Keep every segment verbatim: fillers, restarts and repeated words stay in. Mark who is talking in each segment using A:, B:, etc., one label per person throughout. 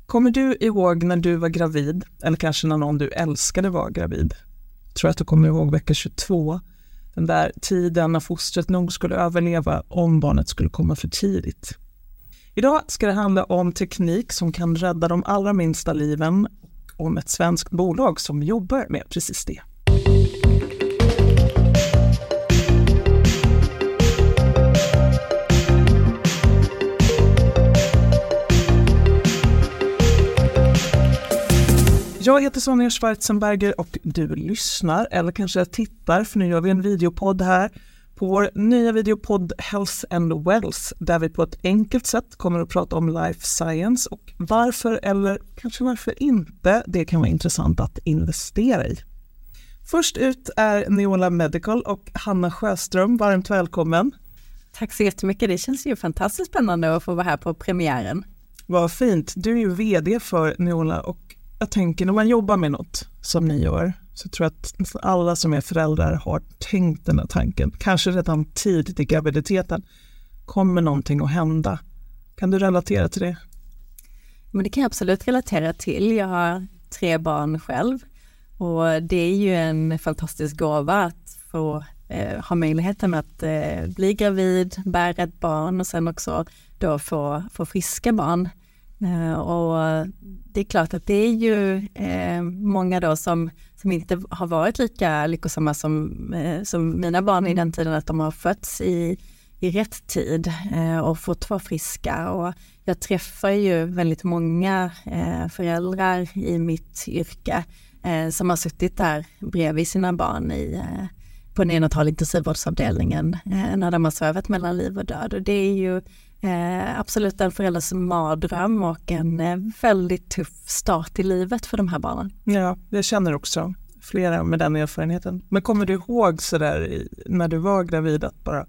A: Kommer du ihåg när du var gravid, eller kanske när någon du älskade var gravid? Jag tror att du kommer ihåg vecka tjugotvå. Den där tiden när fostret nog skulle överleva om barnet skulle komma för tidigt. Idag ska det handla om teknik som kan rädda de allra minsta liven och om ett svenskt bolag som jobbar med precis det. Jag heter Sonja Schwarzenberger och du lyssnar eller kanske tittar, för nu gör vi en videopodd här på vår nya videopodd Health and Wells, där vi på ett enkelt sätt kommer att prata om life science och varför eller kanske varför inte det kan vara intressant att investera i. Först ut är Neola Medical och Hanna Sjöström, varmt välkommen.
B: Tack så jättemycket, det känns ju fantastiskt spännande att få vara här på premiären.
A: Vad fint, du är ju vd för Neola och jag tänker när man jobbar med något som ni gör så tror jag att alla som är föräldrar har tänkt den här tanken. Kanske redan tidigt i graviditeten kommer någonting att hända. Kan du relatera till det?
B: Men det kan jag absolut relatera till. Jag har tre barn själv och det är ju en fantastisk gåva att få eh, ha möjligheten att eh, bli gravid, bära ett barn och sen också då få, få friska barn. Uh, och det är klart att det är ju uh, många då som, som inte har varit lika lyckosamma som, uh, som mina barn i den tiden, att de har fötts i, i rätt tid uh, och fått vara friska. Och jag träffar ju väldigt många uh, föräldrar i mitt yrke uh, som har suttit där bredvid sina barn i, uh, på neonatal intensivvårdsavdelningen uh, när de har svävat mellan liv och död. Och det är ju Eh, absolut en förälders mardröm och en eh, väldigt tuff start i livet för de här barnen.
A: Ja, jag känner också flera med den erfarenheten. Men kommer du ihåg så där när du var gravid att bara,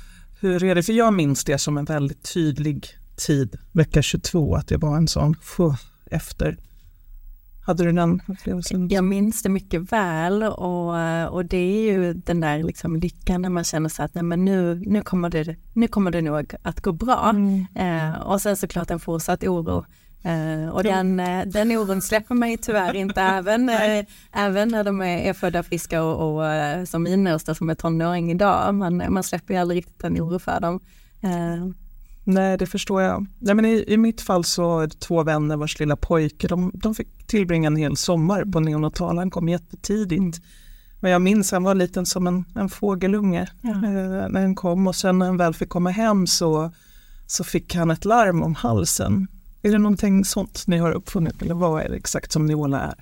A: hur är det? För jag minns det som en väldigt tydlig tid, vecka tjugotvå, att det var en sån fuh, efter. Hade du den upplevelsen?
B: Jag minns det mycket väl och, och det är ju den där liksom lyckan när man känner sig att nej, men nu, nu, kommer det, nu kommer det nog att gå bra. Mm. Eh, och sen såklart en fortsatt oro. Eh, och den, den oron släpper mig tyvärr inte även, eh, även när de är, är födda friska och, och som innersta som är tonåring idag. Man, man släpper ju aldrig riktigt en oro för dem. Eh,
A: Nej, det förstår jag. Nej, men i, i mitt fall så är det två vänner vars lilla pojke. De, de fick tillbringa en hel sommar på neonatal. Han kom jättetidigt. Men jag minns han var liten som en, en fågelunge ja. eh, när han kom. Och sen när han väl fick komma hem så, så fick han ett larm om halsen. Är det någonting sånt ni har uppfunnit? Eller vad är det exakt som Neola är?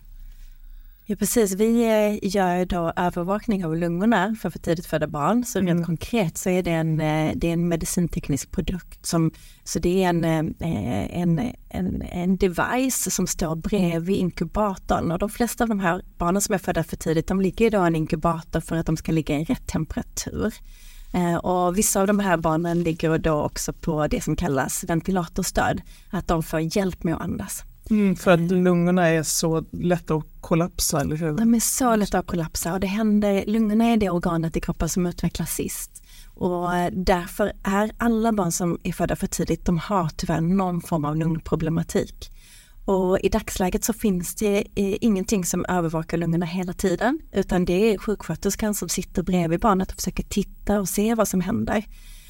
B: Ja, precis. Vi gör då övervakning av lungorna för för tidigt födda barn. Så rent mm. konkret så är det en, det är en medicinteknisk produkt. Som, så det är en, en, en, en device som står bredvid inkubatorn. Och de flesta av de här barnen som är födda för tidigt, de ligger idag i en inkubator för att de ska ligga i rätt temperatur. Och vissa av de här barnen ligger då också på det som kallas ventilatorstöd. Att de får hjälp med att andas.
A: Mm, för att lungorna är så lätta att kollapsa, eller hur?
B: De är så lätta att kollapsa och det händer, lungorna är det organet i kroppen som utvecklas sist. Och därför är alla barn som är födda för tidigt, de har tyvärr någon form av lungproblematik. Och i dagsläget så finns det ingenting som övervakar lungorna hela tiden, utan det är sjuksköterskan som sitter bredvid barnet och försöker titta och se vad som händer.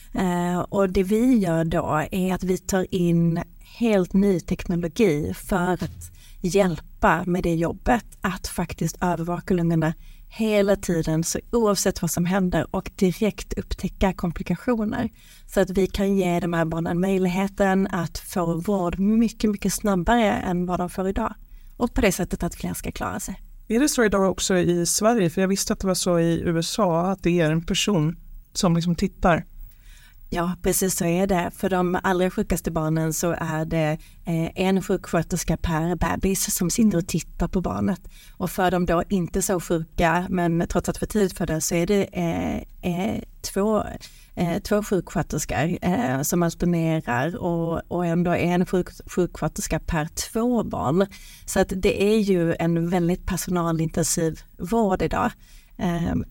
B: Och det vi gör då är att vi tar in helt ny teknologi för att hjälpa med det jobbet, att faktiskt övervaka lungorna hela tiden, så oavsett vad som händer, och direkt upptäcka komplikationer så att vi kan ge de här barnen möjligheten att få vård mycket, mycket snabbare än vad de får idag, och på det sättet att fler ska klara sig.
A: Är det så idag också i Sverige? För jag visste att det var så i U S A, att det är en person som liksom tittar.
B: Ja, precis så är det. För de allra sjukaste barnen så är det eh, en sjuksköterska per bebis som sitter och tittar på barnet. Och för de då inte så sjuka, men trots att för tidigt för det, så är det eh, eh, två, eh, två sjuksköterskor eh, som alternerar och, och ändå en sjuk, sjuksköterska per två barn. Så att det är ju en väldigt personalintensiv vård idag. Eh,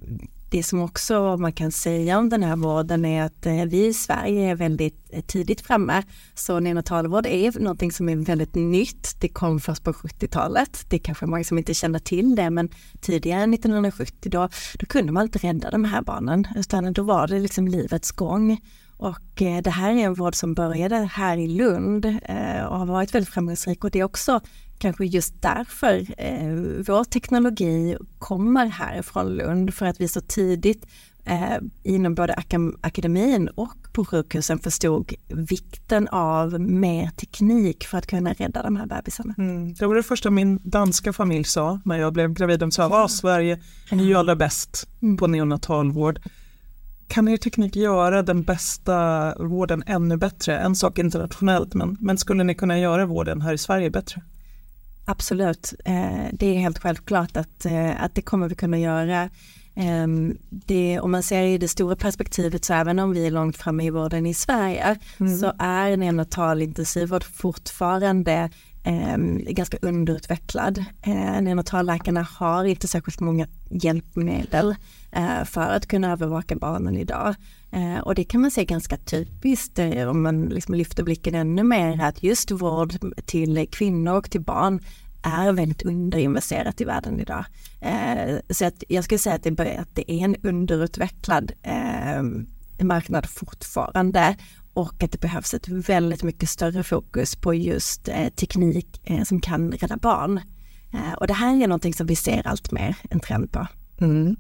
B: det som också man kan säga om den här vården är att vi i Sverige är väldigt tidigt framme. Så neonatalvård är någonting som är väldigt nytt. Det kom först på sjuttiotalet. Det är kanske många som inte känner till det, men tidigare nittonhundrasjuttio då, då kunde man inte rädda de här barnen, utan då var det liksom livets gång. Och eh, det här är en vård som började här i Lund eh, och har varit väldigt framgångsrik, och det är också kanske just därför eh, vår teknologi kommer härifrån Lund, för att vi så tidigt eh, inom både ak- akademin och på sjukhusen förstod vikten av mer teknik för att kunna rädda de här bebisarna.
A: Mm. Det var det första min danska familj sa när jag blev gravid. De sa att Sverige är ju allra bäst på neonatalvård. Kan er teknik göra den bästa vården ännu bättre? En sak internationellt, men, men skulle ni kunna göra vården här i Sverige bättre?
B: Absolut. Eh, det är helt självklart att, eh, att det kommer vi kunna göra. Eh, det, om man ser i det stora perspektivet, så även om vi är långt framme i vården i Sverige, mm. så är neonatal intensivvård fortfarande eh, ganska underutvecklad. Eh, neonatalläkarna har inte särskilt många hjälpmedel eh, för att kunna övervaka barnen idag. Eh, och det kan man se ganska typiskt eh, om man liksom lyfter blicken ännu mer, att just vård till kvinnor och till barn är väldigt underinvesterat i världen idag. Eh, så att jag skulle säga att det, att det är en underutvecklad eh, marknad fortfarande, och att det behövs ett väldigt mycket större fokus på just eh, teknik eh, som kan rädda barn. Eh, och det här är någonting som vi ser allt mer en trend på.
A: Mm.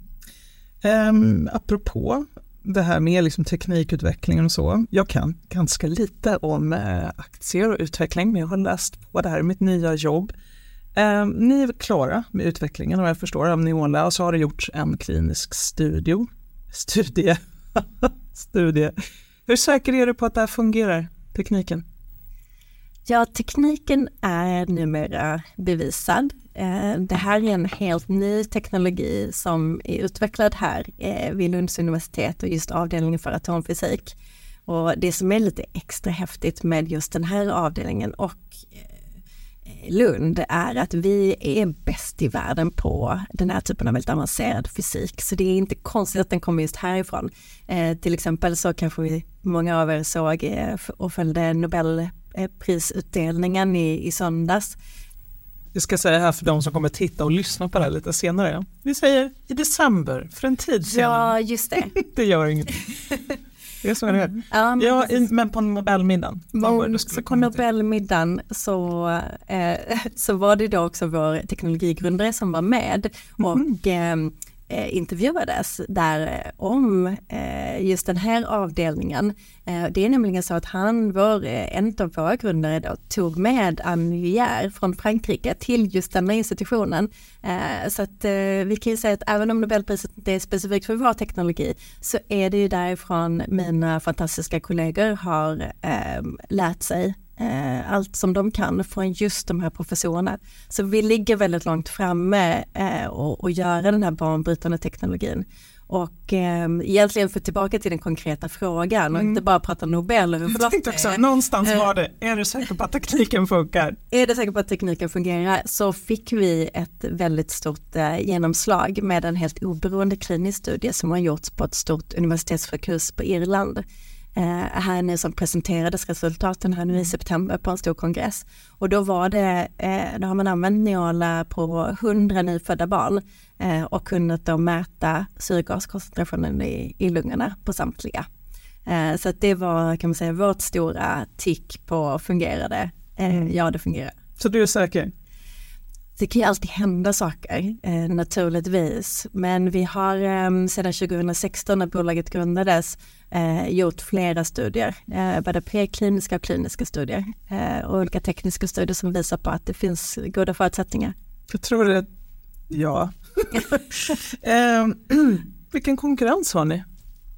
A: Um, apropå det här med liksom teknikutvecklingen och så. Jag kan ganska lite om eh, aktier och utveckling, men jag har läst på det här i mitt nya jobb. Eh, ni är klara med utvecklingen, och jag förstår av Neola, och så har det gjorts en klinisk studio. Studie. Studie. Hur säker är du på att det här fungerar, tekniken?
B: Ja, tekniken är numera bevisad. Det här är en helt ny teknologi som är utvecklad här vid Lunds universitet och just avdelningen för atomfysik. Och det som är lite extra häftigt med just den här avdelningen och Lund är att vi är bäst i världen på den här typen av väldigt avancerad fysik. Så det är inte konstigt att den kommer just härifrån. Eh, till exempel så kanske vi, många av er såg eh, och följde Nobelprisutdelningen i, i söndags.
A: Jag ska säga här för de som kommer titta och lyssna på det här lite senare. Vi säger i december, för en tid sedan.
B: Ja, just det.
A: Det gör inget. Det är så är det. Mm. Ja, men, ja, i, men på Nobelmiddagen.
B: Men, så på Nobelmiddagen så, eh, så var det då också vår teknologigrundare som var med och mm. eh, intervjuades där om eh, just den här avdelningen. Eh, det är nämligen så att han, var, en av våra grundare då, tog med Anne Vuillard från Frankrike till just den här institutionen. Eh, så att eh, vi kan ju säga att även om Nobelpriset inte är specifikt för vår teknologi, så är det ju därifrån mina fantastiska kollegor har eh, lärt sig eh, allt som de kan från just de här professorerna. Så vi ligger väldigt långt framme eh, och, och göra den här banbrytande teknologin. Och eh, egentligen för tillbaka till den konkreta frågan och mm. inte bara prata Nobel.
A: Jag tänkte också, någonstans var det, är du säker på att tekniken funkar?
B: Är du säker på att tekniken fungerar, så fick vi ett väldigt stort eh, genomslag med en helt oberoende klinisk studie som har gjorts på ett stort universitetssjukhus på Irland. Eh, här nu som presenterades resultaten här nu i september på en stor kongress. Och då var det, eh, då har man använt Neola på hundra nyfödda barn eh, och kunnat då mäta syrgaskoncentrationen i, i lungorna på samtliga. Eh, så att det var, kan man säga, vårt stora tick på fungerade. Eh, ja, det fungerar.
A: Så du är säker?
B: Det kan ju alltid hända saker, eh, naturligtvis. Men vi har eh, sedan tjugohundrasexton när bolaget grundades eh, gjort flera studier. Eh, både prekliniska och kliniska studier. Eh, och olika tekniska studier som visar på att det finns goda förutsättningar.
A: Jag tror det, ja. eh, vilken konkurrens har ni?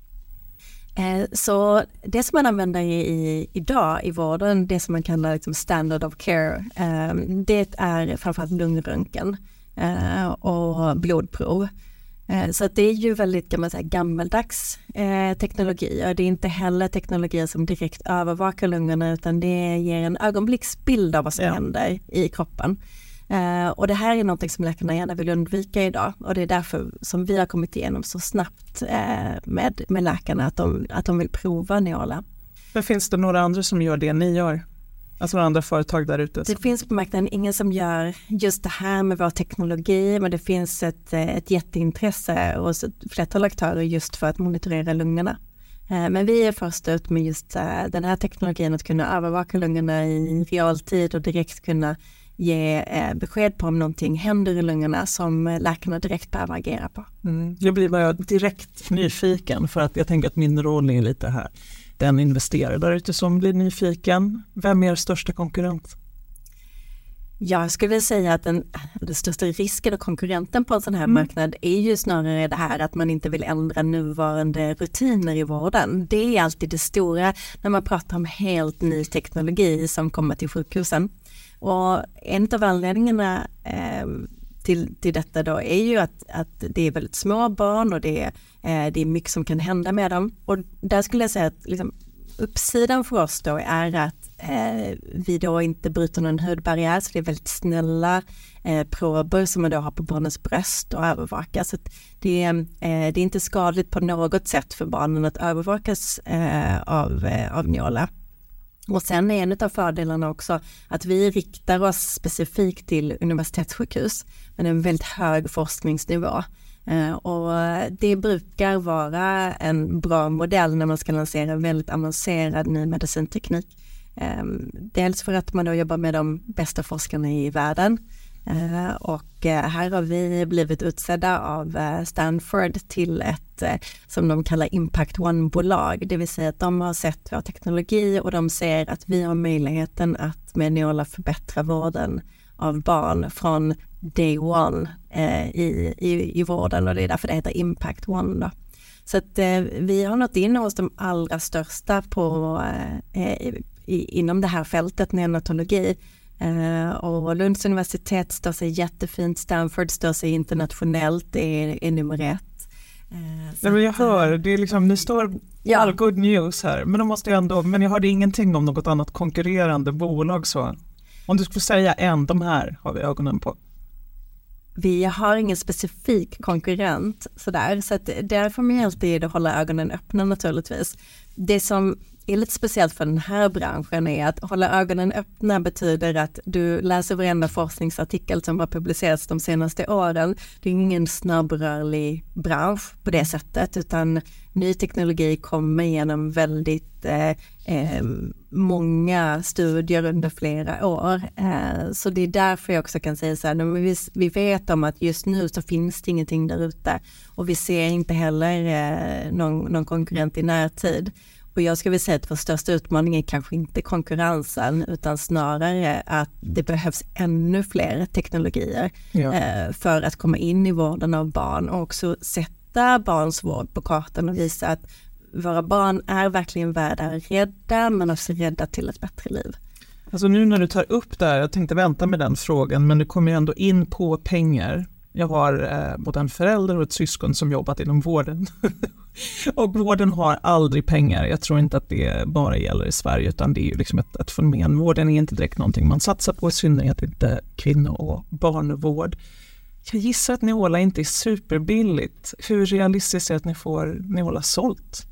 B: Så det som man använder i, idag i vården, det som man kallar liksom standard of care, det är framförallt lungröntgen och blodprov. Så det är ju väldigt, kan man säga, gammaldags teknologier. Det är inte heller teknologier som direkt övervakar lungorna, utan det ger en ögonblicksbild av vad som ja. händer i kroppen. Uh, och det här är något som läkarna gärna vill undvika idag, och det är därför som vi har kommit igenom så snabbt uh, med, med läkarna att de, att de vill prova Neola.
A: Men finns det några andra som gör det ni gör? Alltså några andra företag där ute?
B: Det finns på marknaden ingen som gör just det här med vår teknologi, men det finns ett, ett jätteintresse hos ett flertal aktörer just för att monitorera lungorna. Men vi är först ut med just den här teknologin, att kunna övervaka lungorna i realtid och direkt kunna ge besked på om någonting händer i lungorna som läkarna direkt behöver agera på.
A: Mm. Jag blir bara direkt nyfiken, för att jag tänker att min roll är lite här. Den investerare där ute som blir nyfiken. Vem är er största konkurrent?
B: Jag skulle säga att den, den största risken och konkurrenten på en sån här mm. marknad är ju snarare det här att man inte vill ändra nuvarande rutiner i vården. Det är alltid det stora när man pratar om helt ny teknologi som kommer till sjukhusen. Och en av anledningarna eh, till, till detta då är ju att, att det är väldigt små barn och det är, eh, det är mycket som kan hända med dem. Och där skulle jag säga att liksom, uppsidan för oss då är att eh, vi då inte bryter någon hudbarriär, så det är väldigt snälla eh, prober som man då har på barnens bröst och övervakas. Så det, eh, det är inte skadligt på något sätt för barnen att övervakas eh, av, eh, av Neola. Och sen är en av fördelarna också att vi riktar oss specifikt till universitetssjukhus med en väldigt hög forskningsnivå. Uh, och det brukar vara en bra modell när man ska lansera en väldigt avancerad ny medicinteknik. Um, dels för att man då jobbar med de bästa forskarna i världen. Uh, och uh, här har vi blivit utsedda av uh, Stanford till ett uh, som de kallar Impact One-bolag. Det vill säga att de har sett vår teknologi och de ser att vi har möjligheten att med Neola förbättra vården av barn från day one eh, i, i, i vården, och det är därför det heter Impact One då. Så att eh, vi har nått in hos de allra största på, eh, i, inom det här fältet neonatologi. Eh, och Lunds universitet står sig jättefint, Stanford står sig internationellt, det är, är nummer ett.
A: Eh, Nej, men jag hör, det är liksom, ni står ja. all good news här, men då måste jag ändå, men jag hörde ingenting om något annat konkurrerande bolag så. Om du skulle säga en, de här har vi ögonen på.
B: Vi har ingen specifik konkurrent sådär, så att där får man alltid hålla ögonen öppna naturligtvis. Det som är lite speciellt för den här branschen är att hålla ögonen öppna betyder att du läser varenda forskningsartikel som har publicerats de senaste åren. Det är ingen snabbrörlig bransch på det sättet, utan ny teknologi kommer genom väldigt eh, eh, många studier under flera år. Eh, så det är därför jag också kan säga så här, men vi, vi vet om att just nu så finns det ingenting där ute, och vi ser inte heller eh, någon, någon konkurrent i närtid. Och jag skulle vilja säga att vår största utmaning är kanske inte konkurrensen, utan snarare att det behövs ännu fler teknologier ja. eh, för att komma in i vården av barn och också sätta barns vård på kartan och visa att våra barn är verkligen värda rädda, men också rädda till ett bättre liv.
A: Alltså nu när du tar upp det här, jag tänkte vänta med den frågan, men du kommer ju ändå in på pengar. Jag har eh, både en förälder och ett syskon som jobbat inom vården. Och vården har aldrig pengar. Jag tror inte att det bara gäller i Sverige, utan det är ju liksom ett, ett fenomen. Vården är inte direkt någonting man satsar på, i synnerhet inte kvinno- och barnvård. Jag gissar att Neola inte är superbilligt. Hur realistiskt är det att ni får Neola sålt?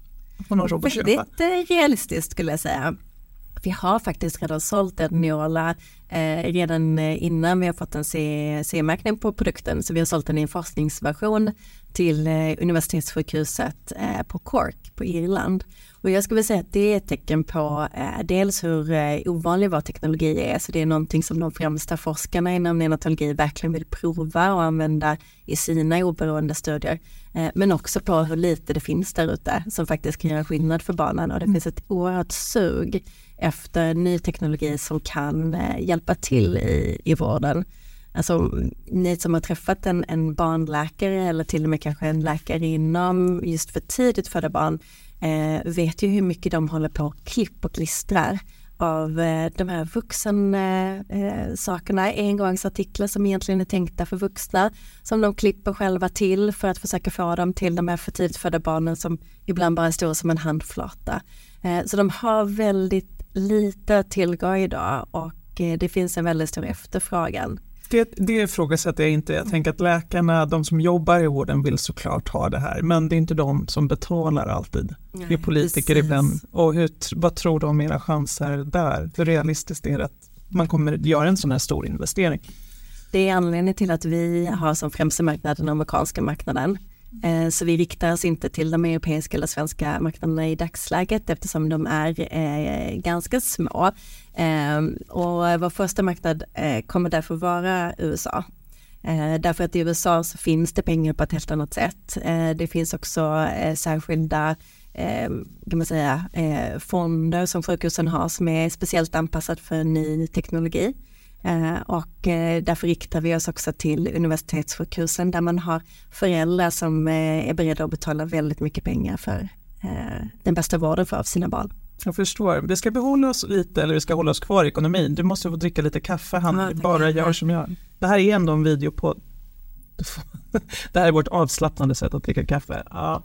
B: Väldigt realistiskt skulle jag säga. Vi har faktiskt redan sålt en Neola eh, redan innan vi har fått en C E-märkning på produkten. Så vi har sålt den i en forskningsversion till eh, universitetssjukhuset eh, på Cork på Irland. Och jag skulle vilja säga att det är ett tecken på eh, dels hur eh, ovanlig vår teknologi är. Så det är någonting som de främsta forskarna inom neonatologi verkligen vill prova och använda i sina oberoende studier. Eh, men också på hur lite det finns där ute som faktiskt kan göra skillnad för barnen. Och det mm. finns ett oerhört sug efter ny teknologi som kan eh, hjälpa till i, i vården. Alltså ni som har träffat en, en barnläkare eller till och med kanske en läkare inom just för tidigt födda barn eh, vet ju hur mycket de håller på och klipp och klistrar av eh, de här vuxna eh, sakerna, engångsartiklar som egentligen är tänkta för vuxna, som de klipper själva till för att försöka få dem till de här för tidigt födda barnen som ibland bara står som en handflata. Eh, så de har väldigt lite tillgång idag, och eh, det finns en väldigt stor efterfrågan.
A: Det, det ifrågasätter jag inte. Jag tänker att läkarna, de som jobbar i vården vill såklart ha det här. Men det är inte de som betalar alltid. Nej, det är politiker ibland. Och hur, vad tror du om era chanser där? Hur realistiskt är det att man kommer göra en sån här stor investering?
B: Det är anledningen till att vi har som främsta marknad den amerikanska marknaden. Så vi riktar oss inte till de europeiska eller svenska marknaderna i dagsläget eftersom de är eh, ganska små. Eh, och vår första marknad eh, kommer därför vara U S A. Eh, därför att i U S A så finns det pengar på ett helt annat sätt. Eh, det finns också eh, särskilda eh, kan man säga, eh, fonder som sjukhusen har som är speciellt anpassat för ny teknologi. Uh, och uh, därför riktar vi oss också till universitetssjukhusen där man har föräldrar som uh, är beredda att betala väldigt mycket pengar för uh, den bästa vården för sina barn.
A: Jag förstår. Vi ska behålla oss lite, eller vi ska hålla oss kvar i ekonomin. Du måste få dricka lite kaffe, han ja, bara gör som jag. Det här är ändå en video på det här är vårt avslappnande sätt att dricka kaffe. Ja.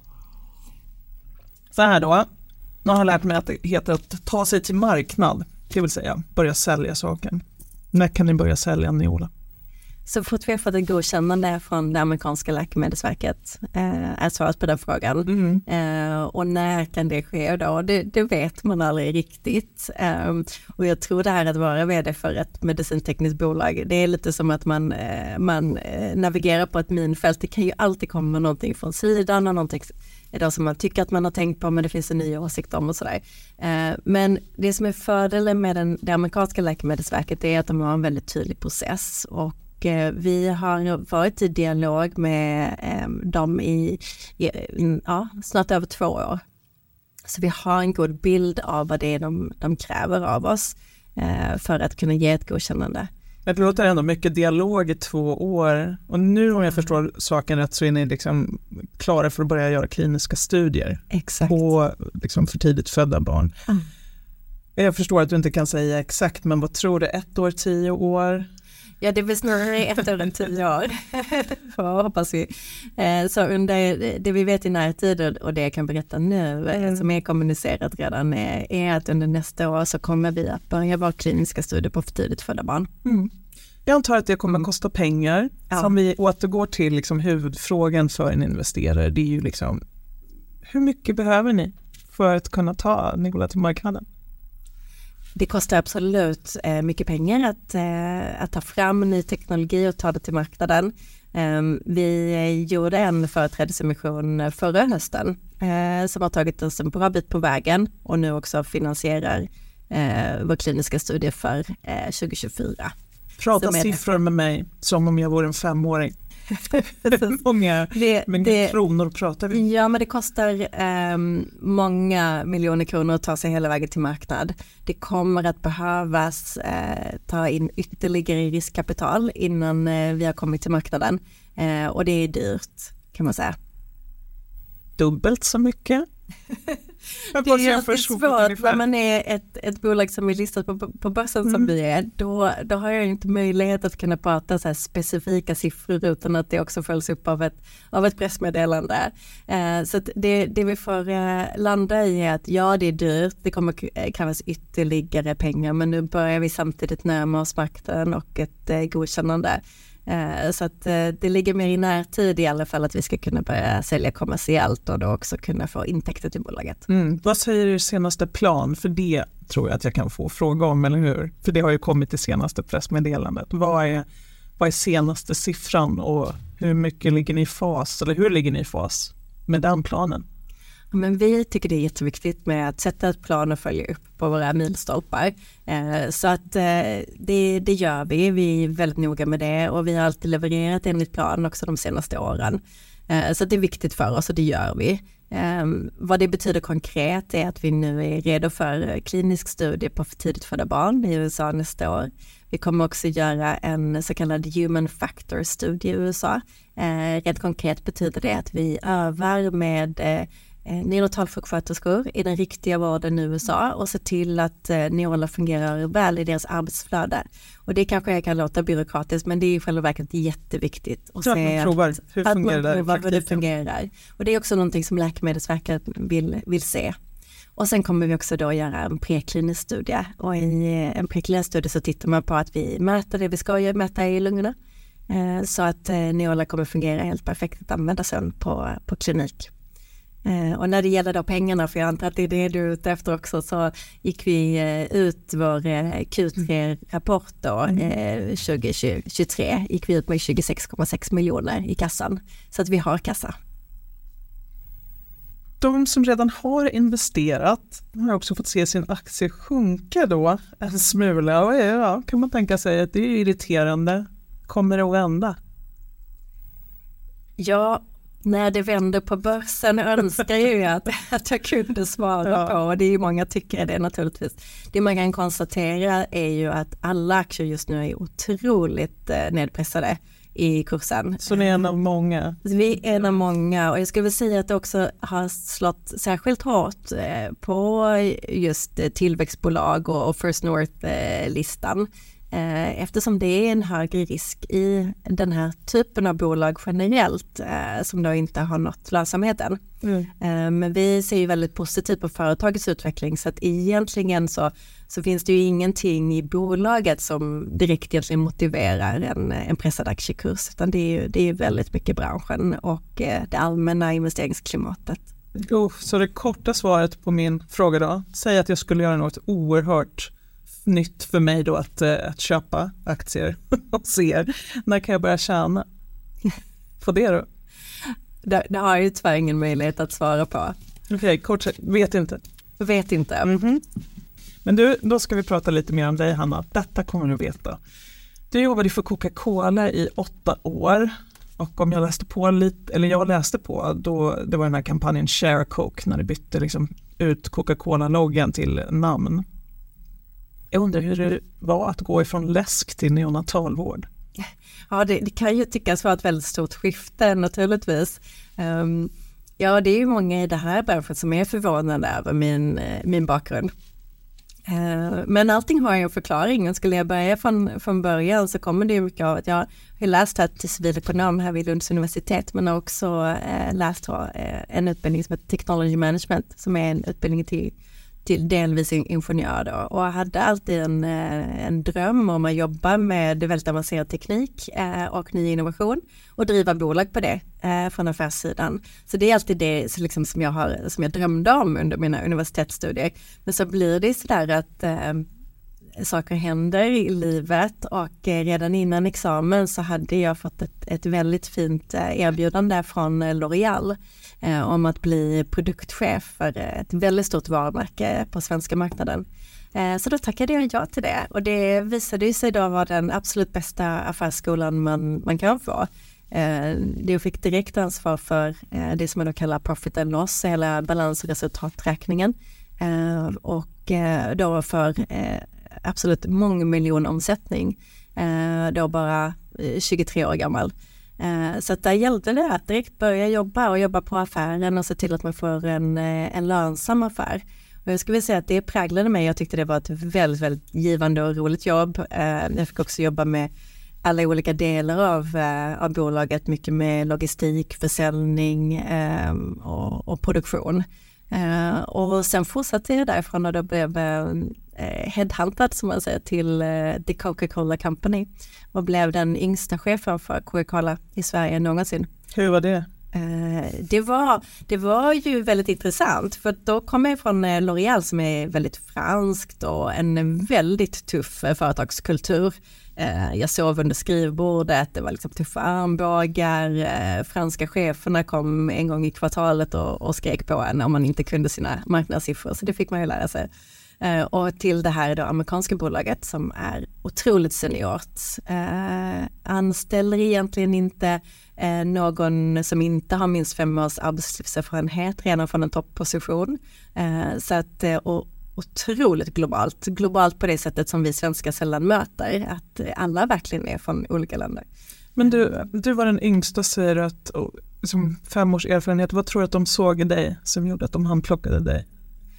A: Så här då. Nu har jag lärt mig att det heter att ta sig till marknad. Det vill säga börja sälja saker. När kan ni börja sälja, Niola?
B: Så fort vi har fått ett godkännande från det amerikanska läkemedelsverket eh, är svaret på den frågan. Mm. Eh, och när kan det ske då? Det, det vet man aldrig riktigt. Eh, och jag tror det här att vara vd för ett medicintekniskt bolag, det är lite som att man, eh, man eh, navigerar på ett minfält. Det kan ju alltid komma någonting från sidan och någonting idag som man tycker att man har tänkt på men det finns en ny åsikt om och sådär. Eh, men det som är fördelen med den, det amerikanska läkemedelsverket är att de har en väldigt tydlig process och eh, vi har varit i dialog med eh, dem i, i ja, snart över två år. Så vi har en god bild av vad det är de, de kräver av oss eh, för att kunna ge ett godkännande.
A: Det låter ändå mycket dialog i två år. Och nu om jag förstår saken rätt så är ni liksom klara för att börja göra kliniska studier.
B: Exakt.
A: På liksom för tidigt födda barn. Mm. Jag förstår att du inte kan säga exakt, men vad tror du? Ett år, tio år?
B: Ja, det blir snarare ett år än tio år. Vad hoppas vi. Så under det vi vet i närtid och det jag kan berätta nu mm. som är kommunicerat redan är, är att under nästa år så kommer vi att börja vara kliniska studier på för tidigt födda barn.
A: Mm. Jag antar att det kommer att kosta pengar. Ja. Som vi återgår till liksom huvudfrågan för en investerare. Det är ju liksom, hur mycket behöver ni för att kunna ta Niola till marknaden?
B: Det kostar absolut eh, mycket pengar att, eh, att ta fram ny teknologi och ta det till marknaden. Eh, vi gjorde en företrädesemission förra hösten eh, som har tagit oss en bra bit på vägen och nu också finansierar eh, vår kliniska studie för eh, tjugo tjugofyra.
A: Prata siffror det. Med mig som om jag vore en femåring. Hur många det, det, kronor pratar vi?
B: Ja, men det kostar eh, många miljoner kronor att ta sig hela vägen till marknad. Det kommer att behövas eh, ta in ytterligare riskkapital innan eh, vi har kommit till marknaden. Eh, och det är dyrt, kan man säga.
A: Dubbelt så mycket?
B: Det är alltid svårt när man är ett, ett bolag som är listat på, på börsen mm. som vi är. Då, då har jag inte möjlighet att kunna prata så här specifika siffror utan att det också följs upp av ett, av ett pressmeddelande. Eh, så att det, det vi får eh, landa i är att ja, det är dyrt. Det kommer krävas ytterligare pengar, men nu börjar vi samtidigt närma oss makten och ett eh, godkännande. Så att det ligger mer i närtid i alla fall att vi ska kunna börja sälja kommersiellt och då också kunna få intäkter till bolaget.
A: Mm. Vad säger er senaste plan? För det tror jag att jag kan få fråga om, eller hur? För det har ju kommit i senaste pressmeddelandet. Vad är, vad är senaste siffran och hur mycket ligger ni i fas, eller hur ligger ni i fas med den planen?
B: Men vi tycker det är jätteviktigt med att sätta ett plan och följa upp på våra milstolpar. Eh, så att eh, det, det gör vi. Vi är väldigt noga med det och vi har alltid levererat enligt plan också de senaste åren. Eh, så det är viktigt för oss och det gör vi. Eh, vad det betyder konkret är att vi nu är redo för klinisk studie på för tidigt födda barn i U S A nästa år. Vi kommer också göra en så kallad human factor studie i U S A. Eh, rent konkret betyder det att vi övar med eh, neonatalsjuksköterskor i den riktiga vården i U S A och se till att eh, Niola fungerar väl i deras arbetsflöde. Och det kanske jag kan låta byråkratiskt, men det är i själva verket jätteviktigt att
A: ja,
B: se
A: provar.
B: Att,
A: hur
B: att
A: fungerar
B: man provar hur det fungerar. Och det är också någonting som Läkemedelsverket vill, vill se. Och sen kommer vi också då göra en preklinisk studie. Och i en preklinisk studie så tittar man på att vi mäter det vi ska mäta i lungorna. Eh, så att eh, Neola kommer fungera helt perfekt att använda sen på, på klinik. Eh, och när det gäller då pengarna, för jag antar att det är det du är ute efter också, så gick vi eh, ut vår eh, Q tre-rapport då, eh, tjugo tjugotre, gick vi ut med tjugosex komma sex miljoner i kassan. Så att vi har kassa.
A: De som redan har investerat har också fått se sin aktie sjunka då en smula. Och ja, kan man tänka sig att det är irriterande. Kommer det att vända?
B: Ja, när det vänder på börsen önskar jag ju att, att jag kunde svara ja. på. Och det är ju många tycker det naturligtvis. Det man kan konstatera är ju att alla aktier just nu är otroligt eh, nedpressade i kursen.
A: Så ni är en av många?
B: Vi är en av många, och jag skulle vilja säga att det också har slått särskilt hårt eh, på just eh, tillväxtbolag och, och First North-listan. Eh, eftersom det är en högre risk i den här typen av bolag generellt eh, som då inte har nått lönsamheten. Mm. Eh, men vi ser ju väldigt positivt på företagets utveckling, så att egentligen så, så finns det ju ingenting i bolaget som direkt egentligen motiverar en, en pressad aktiekurs, utan det är ju det är väldigt mycket branschen och eh, det allmänna investeringsklimatet.
A: Oh, så det korta svaret på min fråga då, säg att jag skulle göra något oerhört nytt för mig då att, att köpa aktier och se när kan jag börja tjäna på det då?
B: Det, det har jag ju tyvärr ingen möjlighet att svara på.
A: Okej, okay, kort sagt, vet inte.
B: Vet inte.
A: Mm-hmm. Men du, då ska vi prata lite mer om dig, Hanna. Detta kommer du veta. Du jobbade för Coca-Cola i åtta år. Och om jag läste på lite, eller jag läste på, då det var den här kampanjen Share Coke när det bytte liksom ut Coca-Cola-loggan till namn. Jag undrar hur det var att gå ifrån läsk till neonatalvård.
B: Ja, det, det kan ju tyckas vara ett väldigt stort skifte naturligtvis. Um, ja, det är ju många i det här branschen som är förvånade över min, min bakgrund. Uh, men allting har ju en förklaring. Och skulle jag börja från, från början så kommer det ju mycket av att jag har läst här till civilekonom här vid Lunds universitet, men har också uh, läst uh, en utbildning som heter Technology Management, som är en utbildning till till delvis ingenjör då, och jag hade alltid en, en dröm om att jobba med väldigt avancerad teknik eh, och ny innovation och driva bolag på det eh, från affärssidan. Så det är alltid det så liksom, som, jag har, som jag drömde om under mina universitetsstudier. Men så blir det sådär att eh, saker händer i livet, och eh, redan innan examen så hade jag fått ett, ett väldigt fint eh, erbjudande från eh, L'Oreal eh, om att bli produktchef för eh, ett väldigt stort varumärke på svenska marknaden. Eh, så då tackade jag ja till det, och det visade sig då vara den absolut bästa affärsskolan man, man kan få. Eh, jag fick direkt ansvar för eh, det som man då kallar profit and loss, hela balans- och resultaträkningen, eh, och eh, då för eh, absolut mångmiljonomsättning, eh, då bara tjugotre år gammal. Eh, så att där gällde det att direkt börja jobba och jobba på affären och se till att man får en, en lönsam affär. Och jag skulle säga att det präglade mig. Jag tyckte det var ett väldigt, väldigt givande och roligt jobb. Eh, jag fick också jobba med alla olika delar av, eh, av bolaget, mycket med logistik, försäljning eh, och, och produktion. Uh, och sen fortsatte jag därifrån och då blev uh, headhuntad, som man säger, till uh, The Coca-Cola Company och blev den yngsta chefen för Coca-Cola i Sverige någonsin.
A: Hur var det?
B: Uh, det, var, det var ju väldigt intressant, för då kom jag från uh, L'Oreal som är väldigt franskt och en väldigt tuff uh, företagskultur. Uh, jag sov under skrivbordet, det var liksom tuffa armbågar, uh, franska cheferna kom en gång i kvartalet och, och skrek på en om man inte kunde sina marknadssiffror, så det fick man ju lära sig. Uh, och till det här då amerikanska bolaget som är otroligt seniort. Uh, anställer egentligen inte uh, någon som inte har minst fem års arbetslivserfarenhet redan från en topposition. Uh, så att, uh, och, otroligt globalt. Globalt på det sättet som vi svenskar sällan möter. Att alla verkligen är från olika länder.
A: Men du, du var den yngsta, säger att som fem års erfarenhet. Vad tror du att de såg i dig som gjorde att de handplockade dig?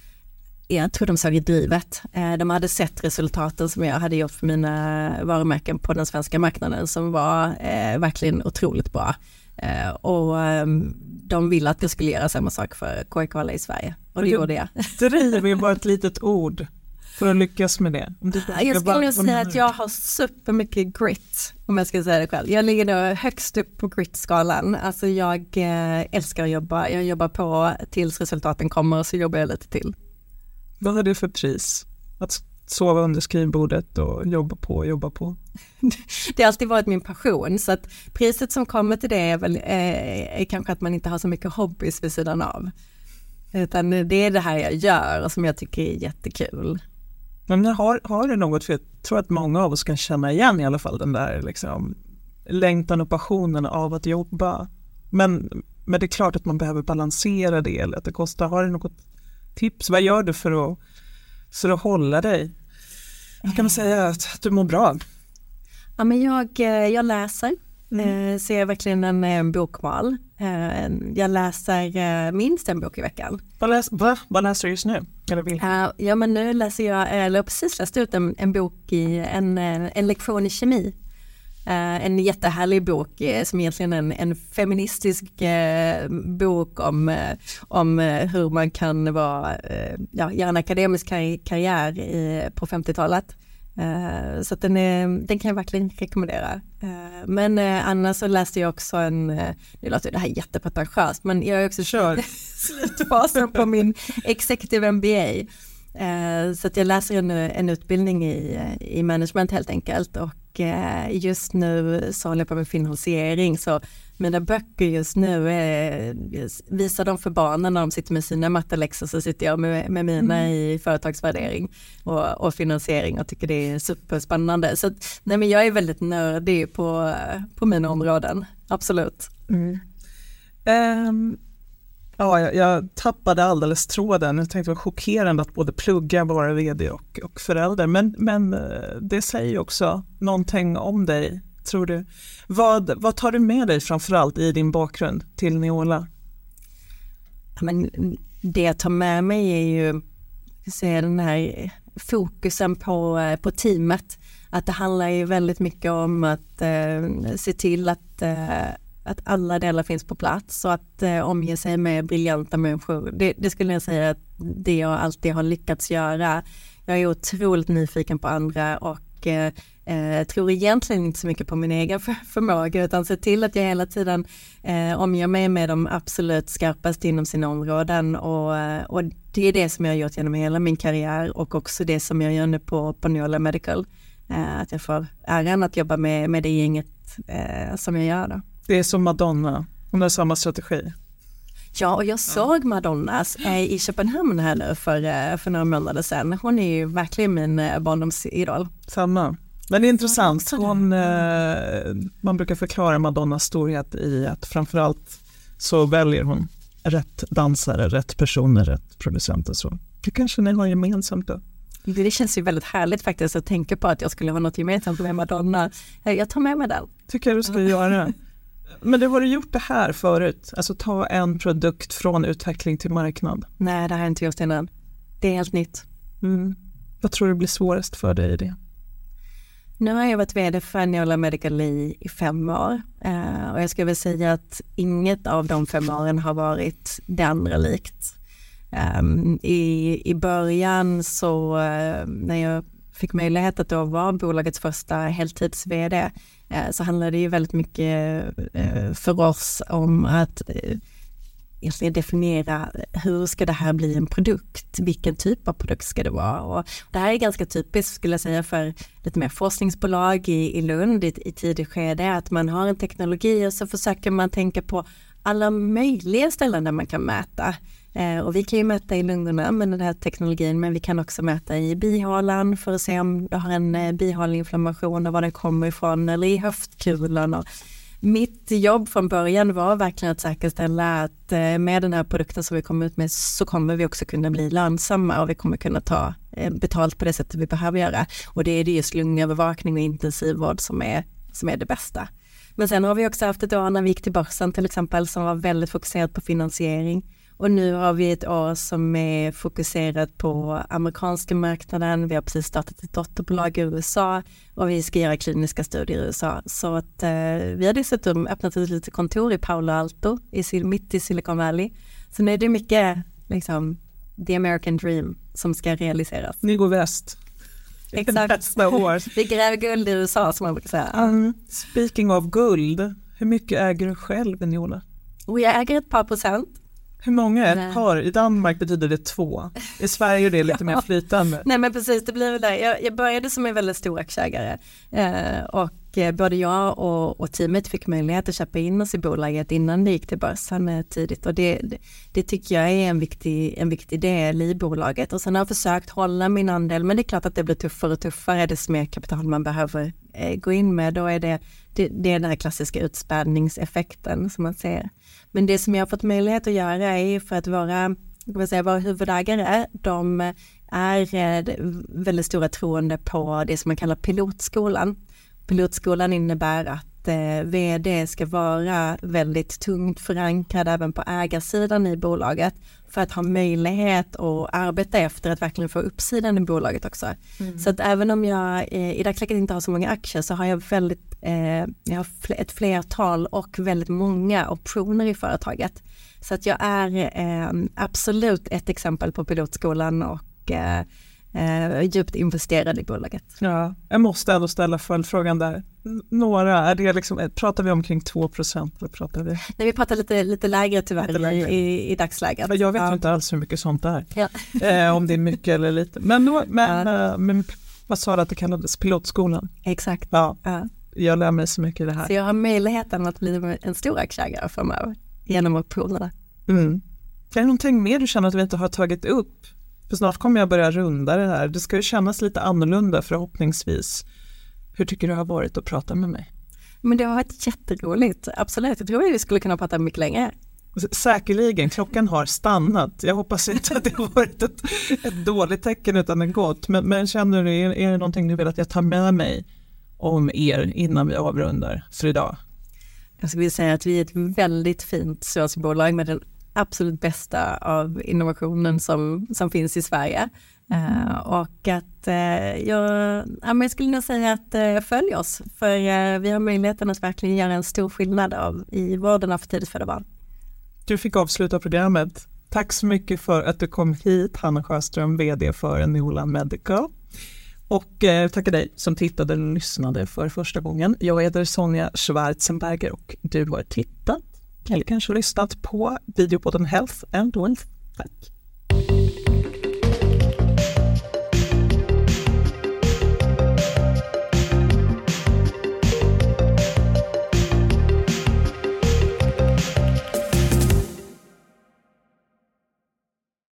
B: Jag tror de såg i drivet. De hade sett resultaten som jag hade gjort för mina varumärken på den svenska marknaden, som var eh, verkligen otroligt bra. Eh, och eh, de ville att jag skulle göra samma sak för Coca-Cola i Sverige. Och det gjorde jag.
A: Driv är bara ett litet ord för att lyckas med det. Om du
B: jag skulle nog säga att jag har supermycket grit, om jag ska säga det själv. Jag ligger då högst upp på grit-skalan. Alltså jag eh, älskar att jobba. Jag jobbar på tills resultaten kommer, så jobbar jag lite till.
A: Vad är det för pris? Att sova under skrivbordet och jobba på och jobba på?
B: Det har alltid varit min passion, så att priset som kommer till det är, väl, är, är kanske att man inte har så mycket hobbys vid sidan av. Utan det är det här jag gör och som jag tycker är jättekul.
A: Men har, har det något, för jag tror att många av oss kan känna igen i alla fall den där liksom, längtan och passionen av att jobba. Men, men det är klart att man behöver balansera det, eller att det kostar. Har du något tips? Vad gör du för att, för att hålla dig? Jag kan man säga att du mår bra.
B: Ja, men jag, jag läser. Mm. Så jag är verkligen en, en bokmal. Jag läser minst en bok i veckan.
A: Vad, läs, va? Vad läser du just nu? Eller vill?
B: Ja, men nu läser jag, eller precis läst ut en, en bok i en, en lektion i kemi. En jättehärlig bok som egentligen är en, en feministisk bok om, om hur man kan vara, ja, göra en akademisk karriär i, på femtiotalet. Uh, så att den, är, den kan jag verkligen rekommendera. Uh, men uh, annars så läste jag också en, uh, det låter det här jättepretentiöst, men jag är också kört slutfasen på min Executive M B A. Uh, så att jag läser en, en utbildning i, i management helt enkelt, och uh, just nu så håller jag på med finansiering, så mina böcker just nu är, visar de för barnen när de sitter med sina matteläxor, så sitter jag med, med mina mm. i företagsvärdering och, och finansiering och tycker det är superspännande. Så att, nej, men jag är väldigt nördig på, på mina områden, absolut.
A: Mm. Um, ja, jag, jag tappade alldeles tråden. Jag tänkte det var chockerande att både plugga, vara vd och, och förälder, men, men det säger också någonting om dig. Tror du? Vad, vad tar du med dig framförallt i din bakgrund till Neola?
B: Ja, men det jag tar med mig är ju se den här fokusen på, på teamet. Att det handlar ju väldigt mycket om att eh, se till att, eh, att alla delar finns på plats och att eh, omge sig med briljanta människor. Det, det skulle jag säga att det jag alltid har lyckats göra. Jag är otroligt nyfiken på andra och eh, Eh, tror egentligen inte så mycket på min egen för- förmåga utan se till att jag hela tiden eh, omger mig med de absolut skarpaste inom sina områden, och, och det är det som jag har gjort genom hela min karriär och också det som jag gör nu på, på Neola Medical, eh, att jag får äran att jobba med, med det gänget eh, som jag gör då.
A: Det är som Madonna, hon har samma strategi.
B: Ja, och jag såg Madonnas eh, i Köpenhamn här nu för, eh, för några månader sedan. Hon är ju verkligen min eh, barndomsidol.
A: Samma. Men det är intressant, hon, eh, man brukar förklara Madonnas storhet i att framförallt så väljer hon rätt dansare, rätt personer, rätt producenter. Så det kanske ni har gemensamt då?
B: Det känns ju väldigt härligt faktiskt att tänka på att jag skulle ha något gemensamt med Madonna. Jag tar med mig den.
A: Tycker jag du ska göra. Men det har du gjort det här förut? Alltså ta en produkt från utveckling till marknad?
B: Nej, det har jag inte gjort innan. Det är helt nytt.
A: Mm. Vad tror du blir svårast för dig i det?
B: Nu har jag varit vd för Neola Medical i, i fem år eh, och jag skulle väl säga att inget av de fem åren har varit det andra likt. Um, i, I början så uh, när jag fick möjlighet att då vara bolagets första heltids-vd uh, så handlade det ju väldigt mycket uh, för oss om att uh, egentligen definiera hur ska det här bli en produkt, vilken typ av produkt ska det vara, och det här är ganska typiskt skulle jag säga för lite mer forskningsbolag i, i Lund i, i tidigt skede, att man har en teknologi och så försöker man tänka på alla möjliga ställen där man kan mäta. Eh, och vi kan ju mäta i lungorna med den här teknologin, men vi kan också mäta i bihålan för att se om du har en eh, bihåleinflammation och var den kommer ifrån, eller i höftkulan. Och mitt jobb från början var verkligen att säkerställa att eh, med den här produkten som vi kommer ut med så kommer vi också kunna bli lönsamma och vi kommer kunna ta eh, betalt på det sättet vi behöver göra. Och det är det just lungövervakning och intensivvård som är, som är det bästa. Men sen har vi också haft ett år när vi gick till börsen till exempel som var väldigt fokuserat på finansiering. Och nu har vi ett år som är fokuserat på amerikanska marknaden. Vi har precis startat ett dotterbolag i U S A och vi ska göra kliniska studier i U S A. Så att eh, vi har dessutom öppnat ett litet kontor i Palo Alto, i, mitt i Silicon Valley. Så nu är det mycket liksom the American dream som ska realiseras.
A: Ni går väst.
B: Exakt. Vi gräver guld i U S A som man brukar säga.
A: Um, speaking of guld, hur mycket äger du själv, Niola?
B: Och jag äger ett par procent.
A: Hur många är ett par? I Danmark betyder det två. I Sverige är det lite mer flytande.
B: Nej men precis, det blir väl där. Jag, jag började som en väldigt stor aktieägare. Eh, och eh, både jag och, och teamet fick möjlighet att köpa in oss i bolaget innan det gick till börsen eh, tidigt. Och det, det, det tycker jag är en viktig, en viktig del i bolaget. Och sen har jag försökt hålla min andel. Men det är klart att det blir tuffare och tuffare. Desto mer kapital man behöver eh, gå in med. Då är det, det, det är den här klassiska utspädningseffekten som man ser. Men det som jag har fått möjlighet att göra är för att vara, vad säga, vara huvudägare, de är väldigt stora troende på det som man kallar pilotskolan. Pilotskolan innebär att eh, vd ska vara väldigt tungt förankrad även på ägarsidan i bolaget för att ha möjlighet att arbeta efter att verkligen få uppsidan i bolaget också. Mm. Så att även om jag eh, i dagsläget inte har så många aktier så har jag väldigt eh, jag har ett flertal och väldigt många optioner i företaget. Så att jag är eh, absolut ett exempel på pilotskolan och eh, eh, djupt investerad i bolaget.
A: Ja, jag måste ändå ställa följdfrågan där. Några, är det liksom, pratar vi omkring två procent? Vad pratar vi?
B: Nej, vi pratar lite, lite lägre tyvärr lite lägre. I, i dagsläget.
A: Men jag vet
B: ja.
A: inte alls hur mycket sånt det är.
B: Ja.
A: eh, om det är mycket eller lite. Men, då, men,
B: ja.
A: äh, men vad sa du att det kallades? Pilotskolan?
B: Exakt.
A: Ja.
B: Ja.
A: Jag lär mig så mycket i det här.
B: Så jag har möjligheten att bli en stor aktieägare framöver genom optionerna.
A: Mm. Är det någonting mer du känner att vi inte har tagit upp? För snart kommer jag börja runda det här. Det ska ju kännas lite annorlunda förhoppningsvis. Hur tycker du det har varit att prata med mig?
B: Men det har varit jätteroligt. Absolut. Jag tror att vi skulle kunna prata mycket längre.
A: Säkerligen. Klockan har stannat. Jag hoppas inte att det har varit ett, ett dåligt tecken utan en gott. Men, men känner du, är, är det någonting du vill att jag tar med mig om er innan vi avrundar för idag?
B: Jag skulle vilja säga att vi är ett väldigt fint servicebolag med den absolut bästa av innovationen som, som finns i Sverige. Uh, och att uh, jag, ja, men jag skulle nog säga att uh, följ oss för uh, vi har möjligheten att verkligen göra en stor skillnad av, i vården av för tidigt födda barn.
A: Du fick avsluta programmet. Tack så mycket för att du kom hit, Hanna Sjöström, vd för Neola Medical. Och eh, tackar dig som tittade och lyssnade för första gången. Jag heter Sonja Schwarzenberger och du har tittat eller kanske lyssnat på videopodden Health and Wealth. Tack!